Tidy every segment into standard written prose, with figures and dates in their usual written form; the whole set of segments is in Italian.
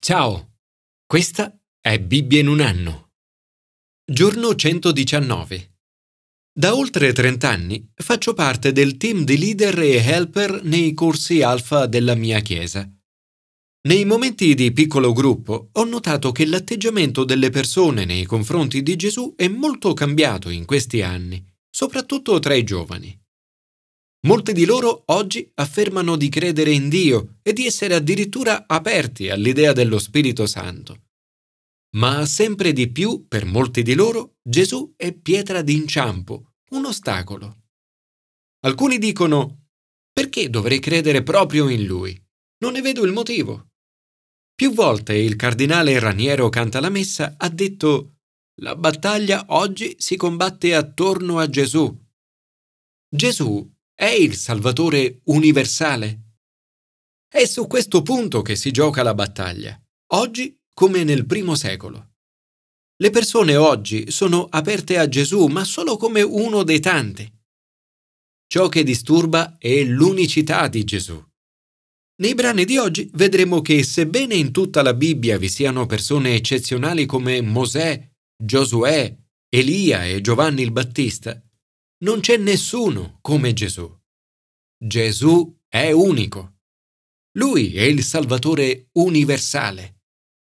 Ciao, questa è Bibbia in un anno. Giorno 119. Da oltre 30 anni faccio parte del team di leader e helper nei corsi alfa della mia chiesa. Nei momenti di piccolo gruppo ho notato che l'atteggiamento delle persone nei confronti di Gesù è molto cambiato in questi anni, soprattutto tra i giovani. Molti di loro oggi affermano di credere in Dio e di essere addirittura aperti all'idea dello Spirito Santo. Ma sempre di più, per molti di loro, Gesù è pietra d'inciampo, un ostacolo. Alcuni dicono: perché dovrei credere proprio in Lui? Non ne vedo il motivo. Più volte il cardinale Raniero Cantalamessa ha detto: la battaglia oggi si combatte attorno a Gesù. Gesù è il Salvatore universale? È su questo punto che si gioca la battaglia, oggi come nel primo secolo. Le persone oggi sono aperte a Gesù, ma solo come uno dei tanti. Ciò che disturba è l'unicità di Gesù. Nei brani di oggi vedremo che, sebbene in tutta la Bibbia vi siano persone eccezionali come Mosè, Giosuè, Elia e Giovanni il Battista, non c'è nessuno come Gesù. Gesù è unico. Lui è il Salvatore universale.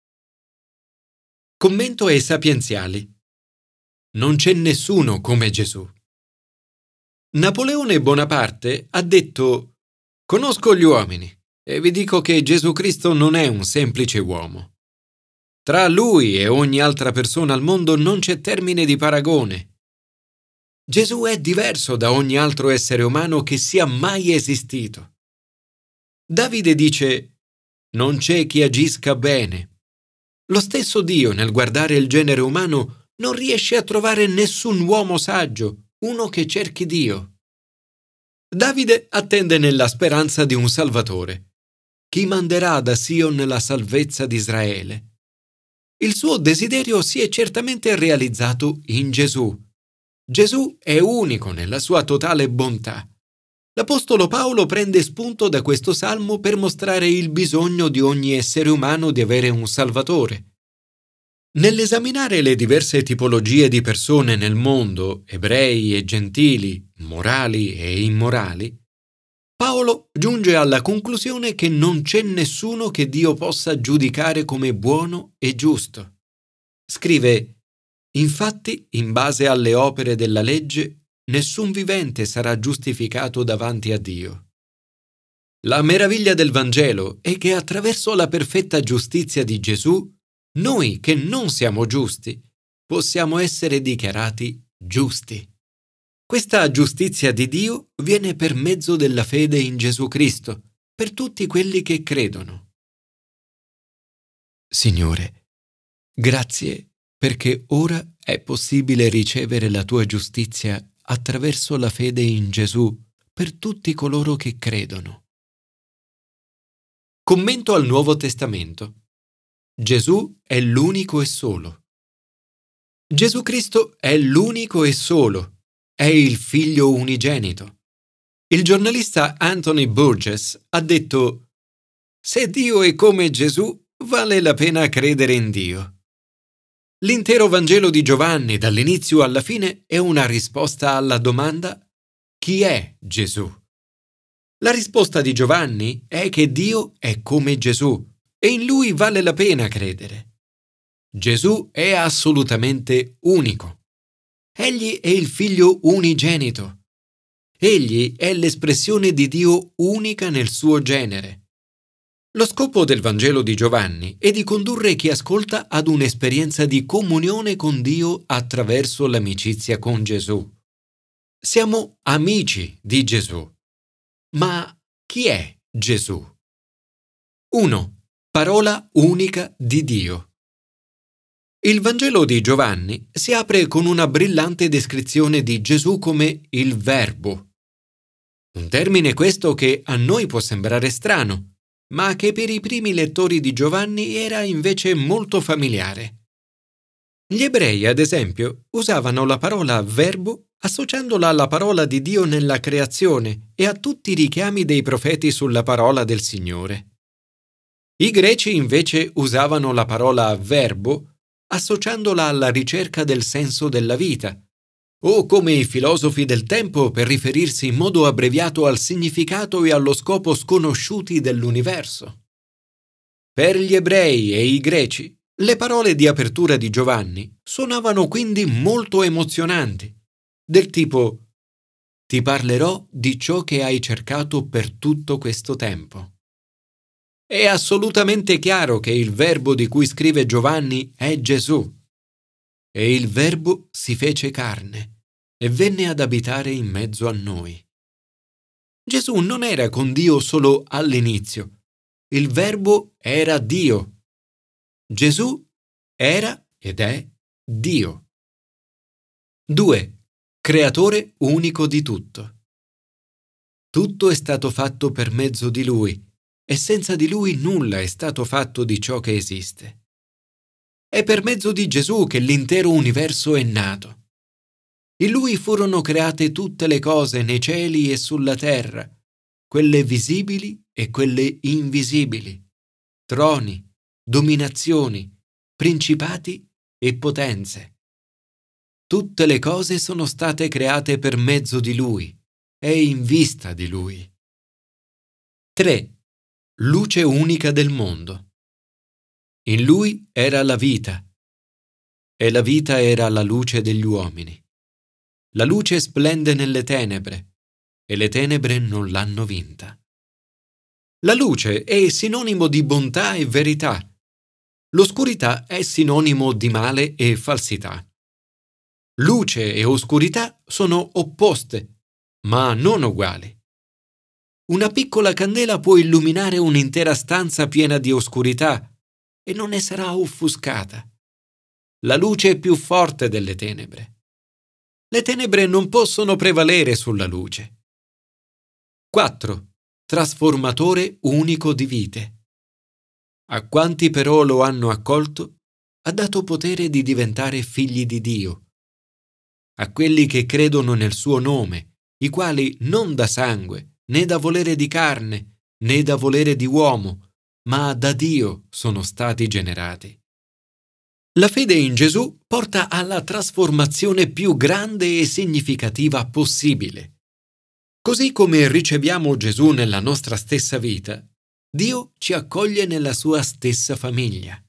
Commento ai sapienziali. Non c'è nessuno come Gesù. Napoleone Bonaparte ha detto: conosco gli uomini e vi dico che Gesù Cristo non è un semplice uomo. Tra lui e ogni altra persona al mondo non c'è termine di paragone. Gesù è diverso da ogni altro essere umano che sia mai esistito. Davide dice: non c'è chi agisca bene. Lo stesso Dio, nel guardare il genere umano, non riesce a trovare nessun uomo saggio, uno che cerchi Dio. Davide attende nella speranza di un Salvatore. Chi manderà da Sion la salvezza di Israele? Il suo desiderio si è certamente realizzato in Gesù. Gesù è unico nella sua totale bontà. L'Apostolo Paolo prende spunto da questo salmo per mostrare il bisogno di ogni essere umano di avere un Salvatore. Nell'esaminare le diverse tipologie di persone nel mondo, ebrei e gentili, morali e immorali, Paolo giunge alla conclusione che non c'è nessuno che Dio possa giudicare come buono e giusto. Scrive: infatti, in base alle opere della legge, nessun vivente sarà giustificato davanti a Dio. La meraviglia del Vangelo è che attraverso la perfetta giustizia di Gesù, noi che non siamo giusti, possiamo essere dichiarati giusti. Questa giustizia di Dio viene per mezzo della fede in Gesù Cristo, per tutti quelli che credono. Signore, grazie perché ora è possibile ricevere la tua giustizia attraverso la fede in Gesù per tutti coloro che credono. Commento al Nuovo Testamento. Gesù è l'unico e solo. Gesù Cristo è l'unico e solo. È il Figlio unigenito. Il giornalista Anthony Burgess ha detto: se Dio è come Gesù, vale la pena credere in Dio. L'intero Vangelo di Giovanni, dall'inizio alla fine, è una risposta alla domanda: chi è Gesù? La risposta di Giovanni è che Dio è come Gesù e in Lui vale la pena credere. Gesù è assolutamente unico. Egli è il Figlio unigenito. Egli è l'espressione di Dio unica nel suo genere. Lo scopo del Vangelo di Giovanni è di condurre chi ascolta ad un'esperienza di comunione con Dio attraverso l'amicizia con Gesù. Siamo amici di Gesù. Ma chi è Gesù? 1. Parola unica di Dio. Il Vangelo di Giovanni si apre con una brillante descrizione di Gesù come il Verbo. Un termine questo che a noi può sembrare strano, ma che per i primi lettori di Giovanni era invece molto familiare. Gli ebrei, ad esempio, usavano la parola verbo associandola alla parola di Dio nella creazione e a tutti i richiami dei profeti sulla parola del Signore. I greci invece usavano la parola verbo associandola alla ricerca del senso della vita, o come i filosofi del tempo per riferirsi in modo abbreviato al significato e allo scopo sconosciuti dell'universo. Per gli ebrei e i greci, le parole di apertura di Giovanni suonavano quindi molto emozionanti, del tipo: «Ti parlerò di ciò che hai cercato per tutto questo tempo». È assolutamente chiaro che il verbo di cui scrive Giovanni è Gesù. E il verbo si fece carne e venne ad abitare in mezzo a noi. Gesù non era con Dio solo all'inizio. Il verbo era Dio. Gesù era ed è Dio. 2. Creatore unico di tutto. Tutto è stato fatto per mezzo di Lui e senza di Lui nulla è stato fatto di ciò che esiste. È per mezzo di Gesù che l'intero universo è nato. In Lui furono create tutte le cose nei cieli e sulla terra, quelle visibili e quelle invisibili, troni, dominazioni, principati e potenze. Tutte le cose sono state create per mezzo di Lui e in vista di Lui. 3. Luce unica del mondo. In Lui era la vita, e la vita era la luce degli uomini. La luce splende nelle tenebre, e le tenebre non l'hanno vinta. La luce è sinonimo di bontà e verità. L'oscurità è sinonimo di male e falsità. Luce e oscurità sono opposte, ma non uguali. Una piccola candela può illuminare un'intera stanza piena di oscurità e non ne sarà offuscata. La luce è più forte delle tenebre. Le tenebre non possono prevalere sulla luce. 4. Trasformatore unico di vite. A quanti però lo hanno accolto, ha dato potere di diventare figli di Dio. A quelli che credono nel suo nome, i quali non da sangue, né da volere di carne, né da volere di uomo, ma da Dio sono stati generati. La fede in Gesù porta alla trasformazione più grande e significativa possibile. Così come riceviamo Gesù nella nostra stessa vita, Dio ci accoglie nella sua stessa famiglia.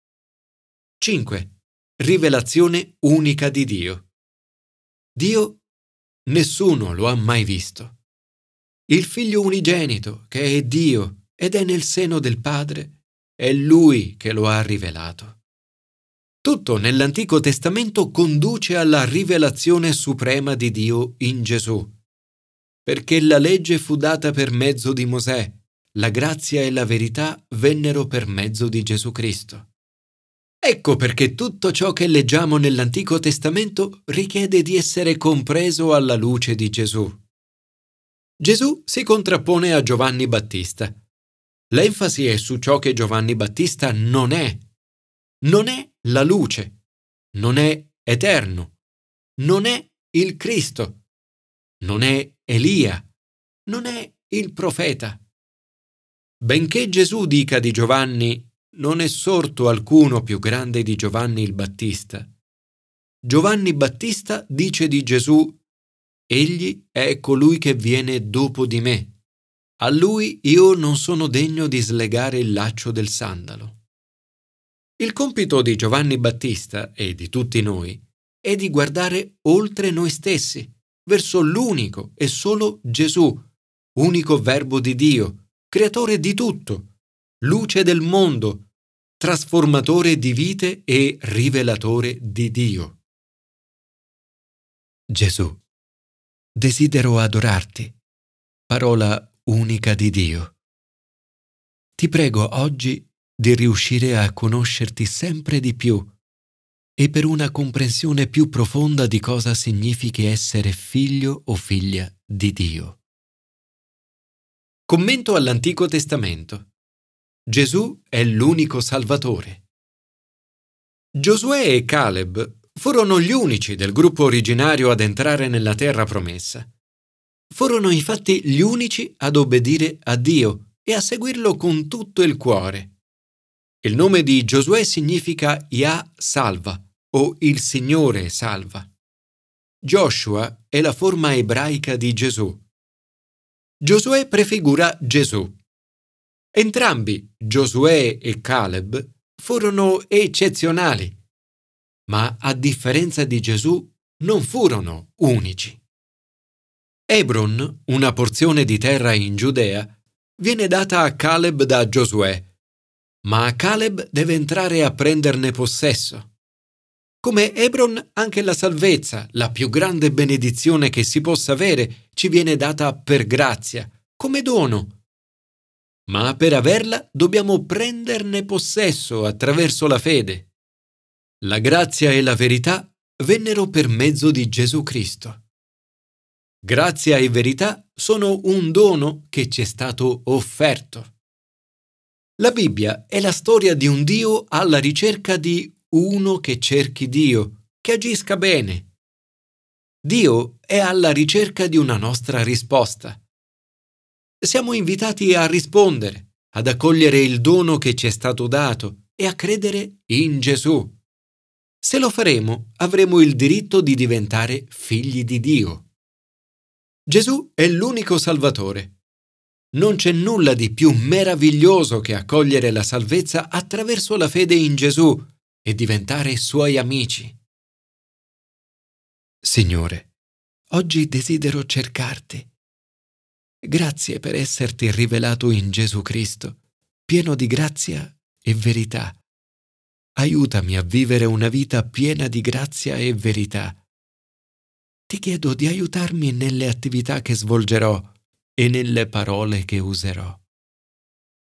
5. Rivelazione unica di Dio. Dio nessuno lo ha mai visto. Il Figlio unigenito, che è Dio ed è nel seno del Padre, è Lui che lo ha rivelato. Tutto nell'Antico Testamento conduce alla rivelazione suprema di Dio in Gesù. Perché la legge fu data per mezzo di Mosè, la grazia e la verità vennero per mezzo di Gesù Cristo. Ecco perché tutto ciò che leggiamo nell'Antico Testamento richiede di essere compreso alla luce di Gesù. Gesù si contrappone a Giovanni Battista. L'enfasi è su ciò che Giovanni Battista non è. Non è la luce, non è eterno, non è il Cristo, non è Elia, non è il profeta. Benché Gesù dica di Giovanni: non è sorto alcuno più grande di Giovanni il Battista, Giovanni Battista dice di Gesù: egli è colui che viene dopo di me. A lui io non sono degno di slegare il laccio del sandalo. Il compito di Giovanni Battista e di tutti noi è di guardare oltre noi stessi, verso l'unico e solo Gesù, unico Verbo di Dio, creatore di tutto, luce del mondo, trasformatore di vite e rivelatore di Dio. Gesù, desidero adorarti, parola unica di Dio. Ti prego oggi di riuscire a conoscerti sempre di più e per una comprensione più profonda di cosa significhi essere figlio o figlia di Dio. Commento all'Antico Testamento. Gesù è l'unico Salvatore. Giosuè e Caleb furono gli unici del gruppo originario ad entrare nella terra promessa. Furono infatti gli unici ad obbedire a Dio e a seguirlo con tutto il cuore, Il nome di Giosuè significa Yah salva o il Signore salva. Joshua è la forma ebraica di Gesù. Giosuè prefigura Gesù. Entrambi, Giosuè e Caleb, furono eccezionali, ma a differenza di Gesù non furono unici. Hebron, una porzione di terra in Giudea, viene data a Caleb da Giosuè, ma Caleb deve entrare a prenderne possesso. Come Hebron, anche la salvezza, la più grande benedizione che si possa avere, ci viene data per grazia, come dono. Ma per averla dobbiamo prenderne possesso attraverso la fede. La grazia e la verità vennero per mezzo di Gesù Cristo. Grazia e verità sono un dono che ci è stato offerto. La Bibbia è la storia di un Dio alla ricerca di uno che cerchi Dio, che agisca bene. Dio è alla ricerca di una nostra risposta. Siamo invitati a rispondere, ad accogliere il dono che ci è stato dato e a credere in Gesù. Se lo faremo, avremo il diritto di diventare figli di Dio. Gesù è l'unico Salvatore. Non c'è nulla di più meraviglioso che accogliere la salvezza attraverso la fede in Gesù e diventare suoi amici. Signore, oggi desidero cercarti. Grazie per esserti rivelato in Gesù Cristo, pieno di grazia e verità. Aiutami a vivere una vita piena di grazia e verità. Ti chiedo di aiutarmi nelle attività che svolgerò e nelle parole che userò.